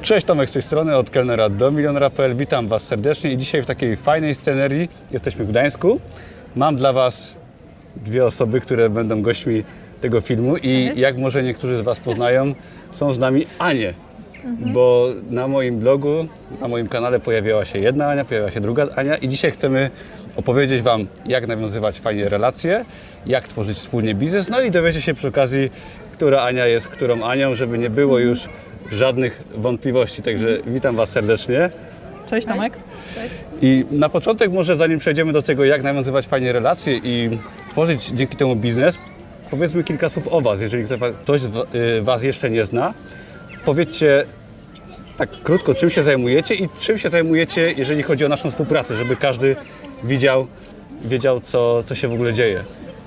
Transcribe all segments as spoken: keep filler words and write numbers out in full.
Cześć, Tomek z tej strony, od kelnera do milionera kropka p l. Witam Was serdecznie i dzisiaj w takiej fajnej scenerii jesteśmy w Gdańsku. Mam dla Was dwie osoby, które będą gośćmi tego filmu i jak może niektórzy z Was poznają, są z nami Anie. Mhm. Bo na moim blogu, na moim kanale pojawiała się jedna Ania, pojawiła się druga Ania i dzisiaj chcemy opowiedzieć Wam, jak nawiązywać fajnie relacje, jak tworzyć wspólnie biznes, no i dowiecie się przy okazji, która Ania jest którą Anią, żeby nie było już żadnych wątpliwości. Także witam Was serdecznie. Cześć Tomek. Cześć. I na początek może zanim przejdziemy do tego, jak nawiązywać fajnie relacje i tworzyć dzięki temu biznes, powiedzmy kilka słów o Was. Jeżeli ktoś z Was jeszcze nie zna, powiedzcie tak krótko, czym się zajmujecie i czym się zajmujecie, jeżeli chodzi o naszą współpracę, żeby każdy widział, wiedział, co, co się w ogóle dzieje.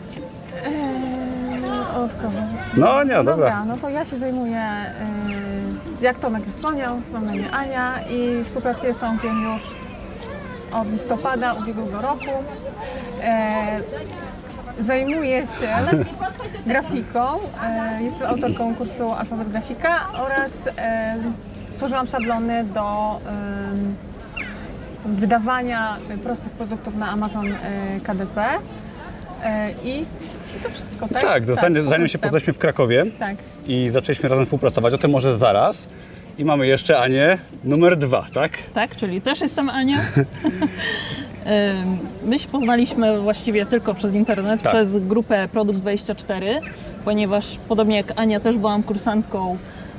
Eee, od kogo? No nie, dobra. Dobra, no to ja się zajmuję, yy, jak Tomek już wspomniał, mam na imię Ania i współpracuję z Tomkiem już od listopada ubiegłego roku. Eee, zajmuję się grafiką, eee, jestem autorką kursu Alfabet Grafika oraz eee, stworzyłam szablony do eee, wydawania prostych produktów na Amazon eee, K D P eee, i I to wszystko, tak? Tak, to tak, zanim się poznaliśmy w Krakowie tak. i zaczęliśmy razem współpracować, o tym może zaraz. I mamy jeszcze Anię numer dwa, tak? Tak, czyli też jestem Ania. My się poznaliśmy właściwie tylko przez internet, tak. przez grupę Produkt dwadzieścia cztery, ponieważ podobnie jak Ania też byłam kursantką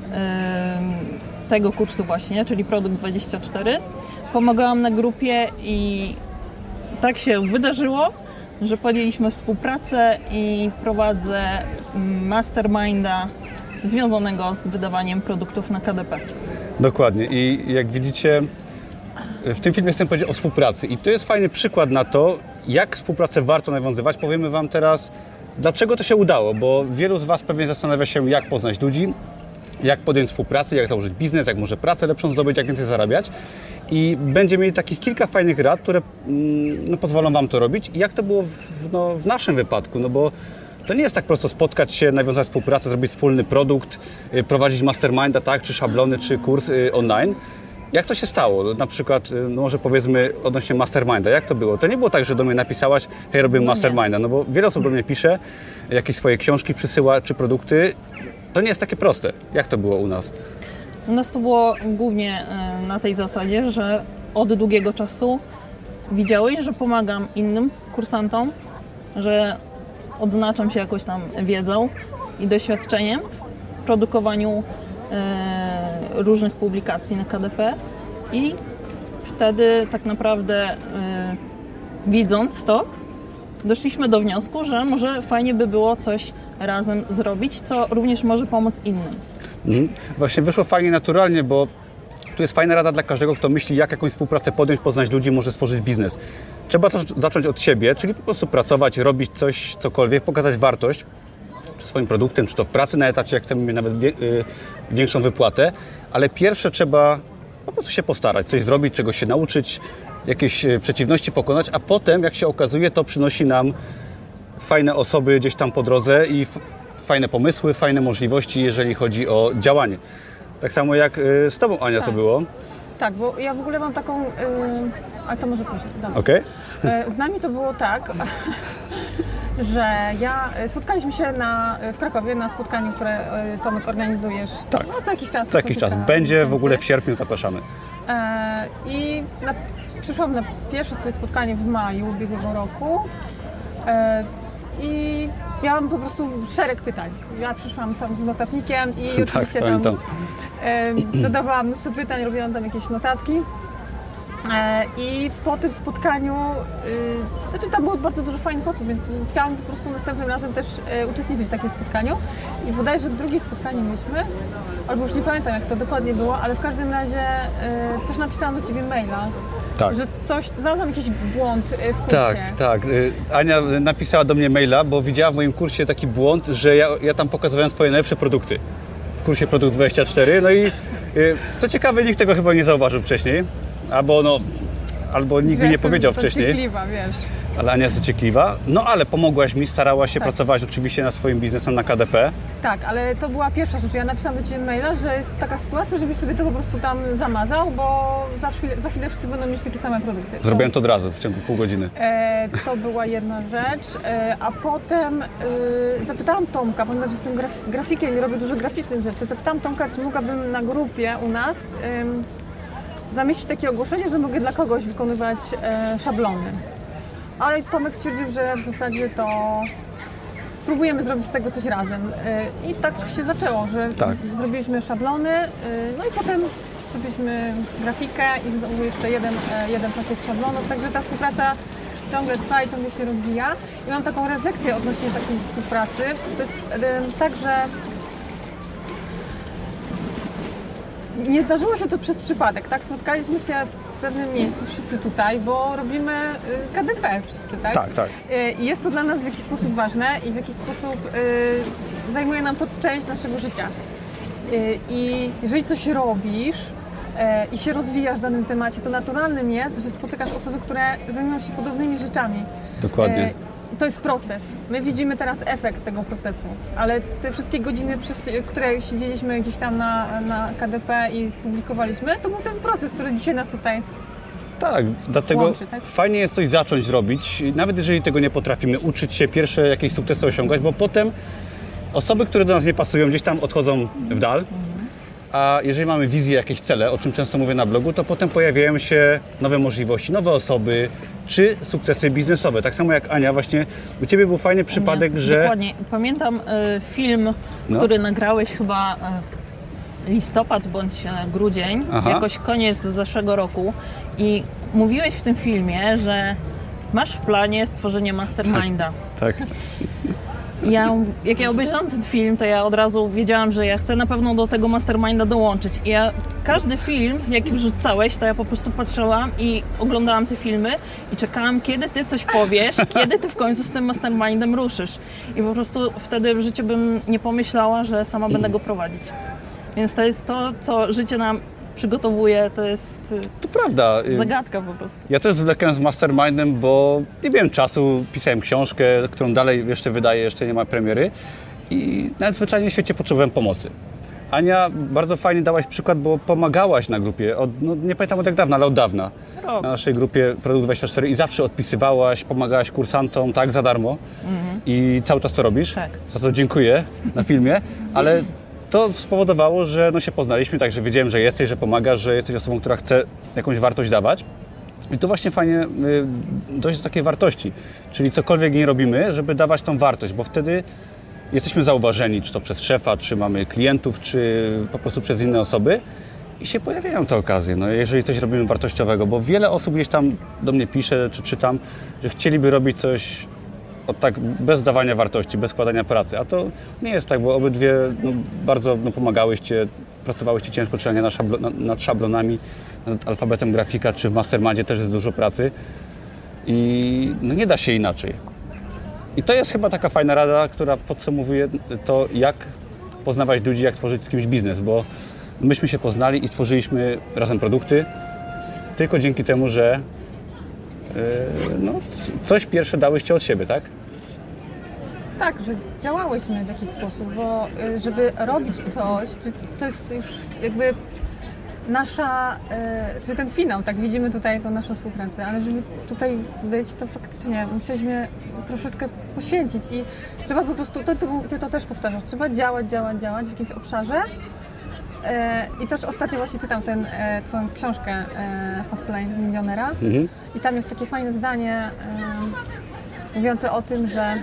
tego kursu właśnie, czyli Produkt dwadzieścia cztery. Pomagałam na grupie i tak się wydarzyło, że podjęliśmy współpracę i prowadzę masterminda związanego z wydawaniem produktów na K D P. Dokładnie i jak widzicie, w tym filmie chcę powiedzieć o współpracy i to jest fajny przykład na to, jak współpracę warto nawiązywać. Powiemy Wam teraz, dlaczego to się udało, bo wielu z Was pewnie zastanawia się, jak poznać ludzi, jak podjąć współpracę, jak założyć biznes, jak może pracę lepszą zdobyć, jak więcej zarabiać. I będziemy mieli takich kilka fajnych rad, które no, pozwolą Wam to robić. I jak to było w, no, w naszym wypadku, no bo to nie jest tak prosto spotkać się, nawiązać współpracę, zrobić wspólny produkt, y, prowadzić masterminda, tak, czy szablony, czy kurs y, online. Jak to się stało? Na przykład, y, no może powiedzmy odnośnie masterminda, jak to było? To nie było tak, że do mnie napisałaś, hej, robię masterminda, no bo wiele osób do mnie pisze, jakieś swoje książki przysyła, czy produkty. To nie jest takie proste. Jak to było u nas? U nas to było głównie na tej zasadzie, że od długiego czasu widziałeś, że pomagam innym kursantom, że odznaczam się jakoś tam wiedzą i doświadczeniem w produkowaniu e, różnych publikacji na K D P i wtedy tak naprawdę e, widząc to, doszliśmy do wniosku, że może fajnie by było coś razem zrobić, co również może pomóc innym. Mhm. Właśnie wyszło fajnie, naturalnie, bo tu jest fajna rada dla każdego, kto myśli, jak jakąś współpracę podjąć, poznać ludzi, może stworzyć biznes. Trzeba to zacząć od siebie, czyli po prostu pracować, robić coś, cokolwiek, pokazać wartość swoim produktem, czy to w pracy na etacie, jak chcemy mieć nawet wie, y, większą wypłatę, ale pierwsze trzeba po prostu się postarać, coś zrobić, czegoś się nauczyć, jakieś y, przeciwności pokonać, a potem, jak się okazuje, to przynosi nam fajne osoby gdzieś tam po drodze i f- fajne pomysły, fajne możliwości, jeżeli chodzi o działanie. Tak samo jak y, z Tobą, Ania, tak. to było. Tak, bo ja w ogóle mam taką... Yy, ale to może później. Okej. Okay. Z nami to było tak, że ja... Spotkaliśmy się na, w Krakowie na spotkaniu, które Tomek organizujesz tak. no, co jakiś czas. Co jakiś czas. Będzie miesięcy. W ogóle w sierpniu, zapraszamy. Yy, I na, przyszłam na pierwsze swoje spotkanie w maju ubiegłego roku. Yy, I miałam po prostu szereg pytań. Ja przyszłam sam z notatnikiem i tak, oczywiście tam e, dodawałam mnóstwo pytań, robiłam tam jakieś notatki. E, I po tym spotkaniu, e, znaczy tam było bardzo dużo fajnych osób, więc chciałam po prostu następnym razem też e, uczestniczyć w takim spotkaniu. I bodajże drugie spotkanie mieliśmy, albo już nie pamiętam jak to dokładnie było, ale w każdym razie e, też napisałam do Ciebie maila. Tak. Że coś, znalazłam jakiś błąd w kursie. Tak, tak. Ania napisała do mnie maila, bo widziała w moim kursie taki błąd, że ja, ja tam pokazywałem swoje najlepsze produkty w kursie Produkt dwadzieścia cztery. No i co ciekawe, nikt tego chyba nie zauważył wcześniej, albo no, albo nikt mi nie powiedział wcześniej. Wiesz. Ale Ania jest dociekliwa. No ale pomogłaś mi, starałaś się, Tak. pracować oczywiście nad swoim biznesem na K D P. Tak, ale to była pierwsza rzecz. Ja napisałam do Ciebie maila, że jest taka sytuacja, żebyś sobie to po prostu tam zamazał, bo za chwilę, za chwilę wszyscy będą mieć takie same produkty. Zrobiłem to od razu, w ciągu pół godziny. E, to była jedna rzecz, e, a potem e, zapytałam Tomka, ponieważ jestem graf, grafikiem i robię dużo graficznych rzeczy, zapytałam Tomka, czy mogłabym na grupie u nas em, zamieścić takie ogłoszenie, że mogę dla kogoś wykonywać e, szablony. Ale Tomek stwierdził, że w zasadzie to spróbujemy zrobić z tego coś razem. E, I tak się zaczęło, że Tak. zrobiliśmy szablony, e, no i potem zrobiliśmy grafikę i znowu jeszcze jeden, e, jeden pakiet szablonów, także ta współpraca ciągle trwa i ciągle się rozwija. I mam taką refleksję odnośnie takiej współpracy. To jest e, tak, że nie zdarzyło się to przez przypadek, tak? Spotkaliśmy się w pewnym miejscu, wszyscy tutaj, bo robimy y, K D P wszyscy, tak? Tak, tak. Y, I jest to dla nas w jakiś sposób ważne i w jakiś sposób y, zajmuje nam to część naszego życia. Y, I jeżeli coś robisz y, i się rozwijasz w danym temacie, to naturalnym jest, że spotykasz osoby, które zajmują się podobnymi rzeczami. Dokładnie. Y, To jest proces. My widzimy teraz efekt tego procesu, ale te wszystkie godziny, przez, które siedzieliśmy gdzieś tam na, na K D P i publikowaliśmy, to był ten proces, który dzisiaj nas tutaj... Tak, dlatego Łączy, tak? fajnie jest coś zacząć robić, nawet jeżeli tego nie potrafimy, uczyć się pierwsze jakieś sukcesy osiągać, bo potem osoby, które do nas nie pasują, gdzieś tam odchodzą w dal, a jeżeli mamy wizję, jakieś cele, o czym często mówię na blogu, to potem pojawiają się nowe możliwości, nowe osoby, czy sukcesy biznesowe. Tak samo jak Ania, właśnie u Ciebie był fajny przypadek, Nie, że... Dokładnie. Pamiętam e, film, No. który nagrałeś chyba e, listopad bądź e, grudzień, Aha. jakoś koniec zeszłego roku i mówiłeś w tym filmie, że masz w planie stworzenie masterminda. Tak. Ja, jak ja obejrzałam ten film, to ja od razu wiedziałam, że ja chcę na pewno do tego masterminda dołączyć. I ja każdy film, jaki wrzucałeś, to ja po prostu patrzyłam i oglądałam te filmy i czekałam, kiedy ty coś powiesz, kiedy ty w końcu z tym mastermindem ruszysz. I po prostu wtedy w życiu bym nie pomyślała, że sama będę go prowadzić. Więc to jest to, co życie nam przygotowuje, to jest y, To prawda. zagadka po prostu. Ja też zwlekłem z mastermindem, bo nie miałem czasu, pisałem książkę, którą dalej jeszcze wydaję, jeszcze nie ma premiery i nawet zwyczajnie w świecie potrzebowałem pomocy. Ania, bardzo fajnie dałaś przykład, bo pomagałaś na grupie, od, no, nie pamiętam od jak dawna, ale od dawna, Rok. na naszej grupie Produkt dwadzieścia cztery i zawsze odpisywałaś, pomagałaś kursantom, tak, za darmo i cały czas to robisz, Tak. za to dziękuję na filmie, ale to spowodowało, że no, się poznaliśmy, także wiedziałem, że jesteś, że pomagasz, że jesteś osobą, która chce jakąś wartość dawać. I to właśnie fajnie y, dojść do takiej wartości, czyli cokolwiek nie robimy, żeby dawać tą wartość, bo wtedy jesteśmy zauważeni, czy to przez szefa, czy mamy klientów, czy po prostu przez inne osoby i się pojawiają te okazje, no, jeżeli coś robimy wartościowego, bo wiele osób gdzieś tam do mnie pisze, czy czytam, że chcieliby robić coś od tak bez dawania wartości, bez składania pracy, a to nie jest tak, bo obydwie no, bardzo no, pomagałyście, pracowałyście ciężko, czy nie nad, szablo, nad, nad szablonami, nad alfabetem grafika, czy w mastermindzie też jest dużo pracy i no, nie da się inaczej. I to jest chyba taka fajna rada, która podsumowuje to, jak poznawać ludzi, jak tworzyć z kimś biznes, bo myśmy się poznali i stworzyliśmy razem produkty tylko dzięki temu, że yy, no, coś pierwsze dałyście od siebie, tak? Tak, że działałyśmy w jakiś sposób, bo y, żeby robić coś, czy to jest już jakby nasza, y, czy ten finał, tak widzimy tutaj tą naszą współpracę, ale żeby tutaj być, to faktycznie musieliśmy troszeczkę poświęcić i trzeba po prostu, to, ty, ty to też powtarzasz, trzeba działać, działać, działać w jakimś obszarze. Y, I też ostatnio właśnie czytam tę twoją książkę y, Fastlane Milionera Mhm. i tam jest takie fajne zdanie y, mówiące o tym, że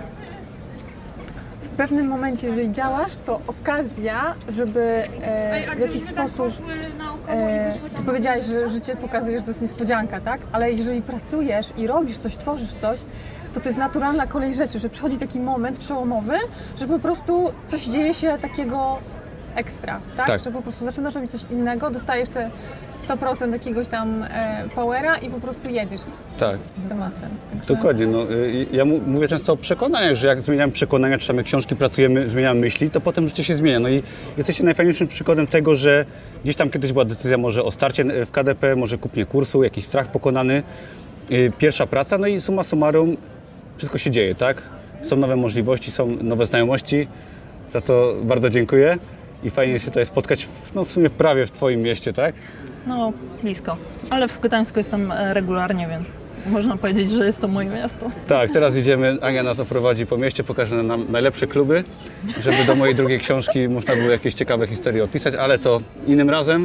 w pewnym momencie, jeżeli działasz, to okazja, żeby e, w jakiś sposób, e, ty powiedziałaś, że życie pokazuje, że to jest niespodzianka, tak? Ale jeżeli pracujesz i robisz coś, tworzysz coś, to to jest naturalna kolej rzeczy, że przychodzi taki moment przełomowy, że po prostu coś dzieje się takiego ekstra, tak? Tak. Że po prostu zaczynasz robić coś innego, dostajesz te sto procent jakiegoś tam e, powera i po prostu jedziesz z, Tak. z tematem. Także... Dokładnie. No, y, ja mu- mówię często o przekonaniach, że jak zmieniamy przekonania, czytamy książki, pracujemy, zmieniamy myśli, to potem życie się zmienia. No i jesteście najfajniejszym przykładem tego, że gdzieś tam kiedyś była decyzja może o starcie w K D P, może kupnie kursu, jakiś strach pokonany, y, pierwsza praca, no i summa summarum wszystko się dzieje, tak? Są nowe możliwości, są nowe znajomości, za to bardzo dziękuję i fajnie się tutaj spotkać, no w sumie prawie w Twoim mieście, tak? No, blisko. Ale w Gdańsku jestem e, regularnie, więc można powiedzieć, że jest to moje miasto. Tak, teraz idziemy, Ania nas oprowadzi po mieście, pokaże nam najlepsze kluby, żeby do mojej drugiej książki można było jakieś ciekawe historie opisać, ale to innym razem.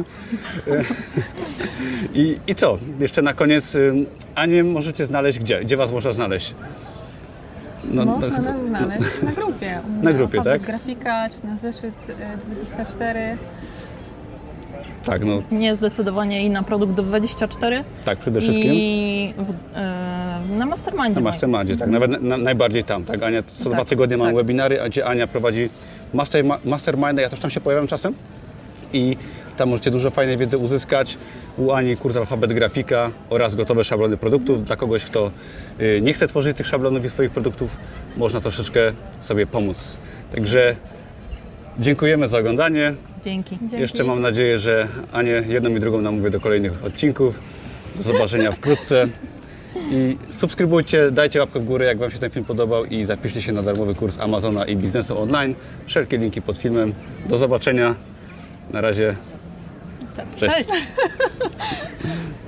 I, i co? Jeszcze na koniec, Anię możecie znaleźć gdzie? Gdzie Was można znaleźć? No, Można no, nas znaleźć na grupie. Na grupie, tak? Grafika, czy na zeszyt y, dwadzieścia cztery. tak, no, Nie zdecydowanie i na produkt do dwadzieścia cztery tak, przede wszystkim. i w, e, na Mastermindzie. Na moim. Mastermindzie, tak, nawet na, najbardziej tam, tak. Ania, co Tak, dwa tygodnie mam tak. webinary, a gdzie Ania prowadzi master, Mastermindy, ja też tam się pojawiam czasem i tam możecie dużo fajnej wiedzy uzyskać. U Ani kurs alfabet grafika oraz gotowe szablony produktów. Dla kogoś, kto y, nie chce tworzyć tych szablonów i swoich produktów, można troszeczkę sobie pomóc. Także dziękujemy za oglądanie. Dzięki. Dzięki. Jeszcze mam nadzieję, że Anię jedną i drugą namówię do kolejnych odcinków. Do zobaczenia wkrótce. I subskrybujcie, dajcie łapkę w górę, jak Wam się ten film podobał i zapiszcie się na darmowy kurs Amazona i biznesu online. Wszelkie linki pod filmem. Do zobaczenia. Na razie. Cześć. Cześć. Cześć.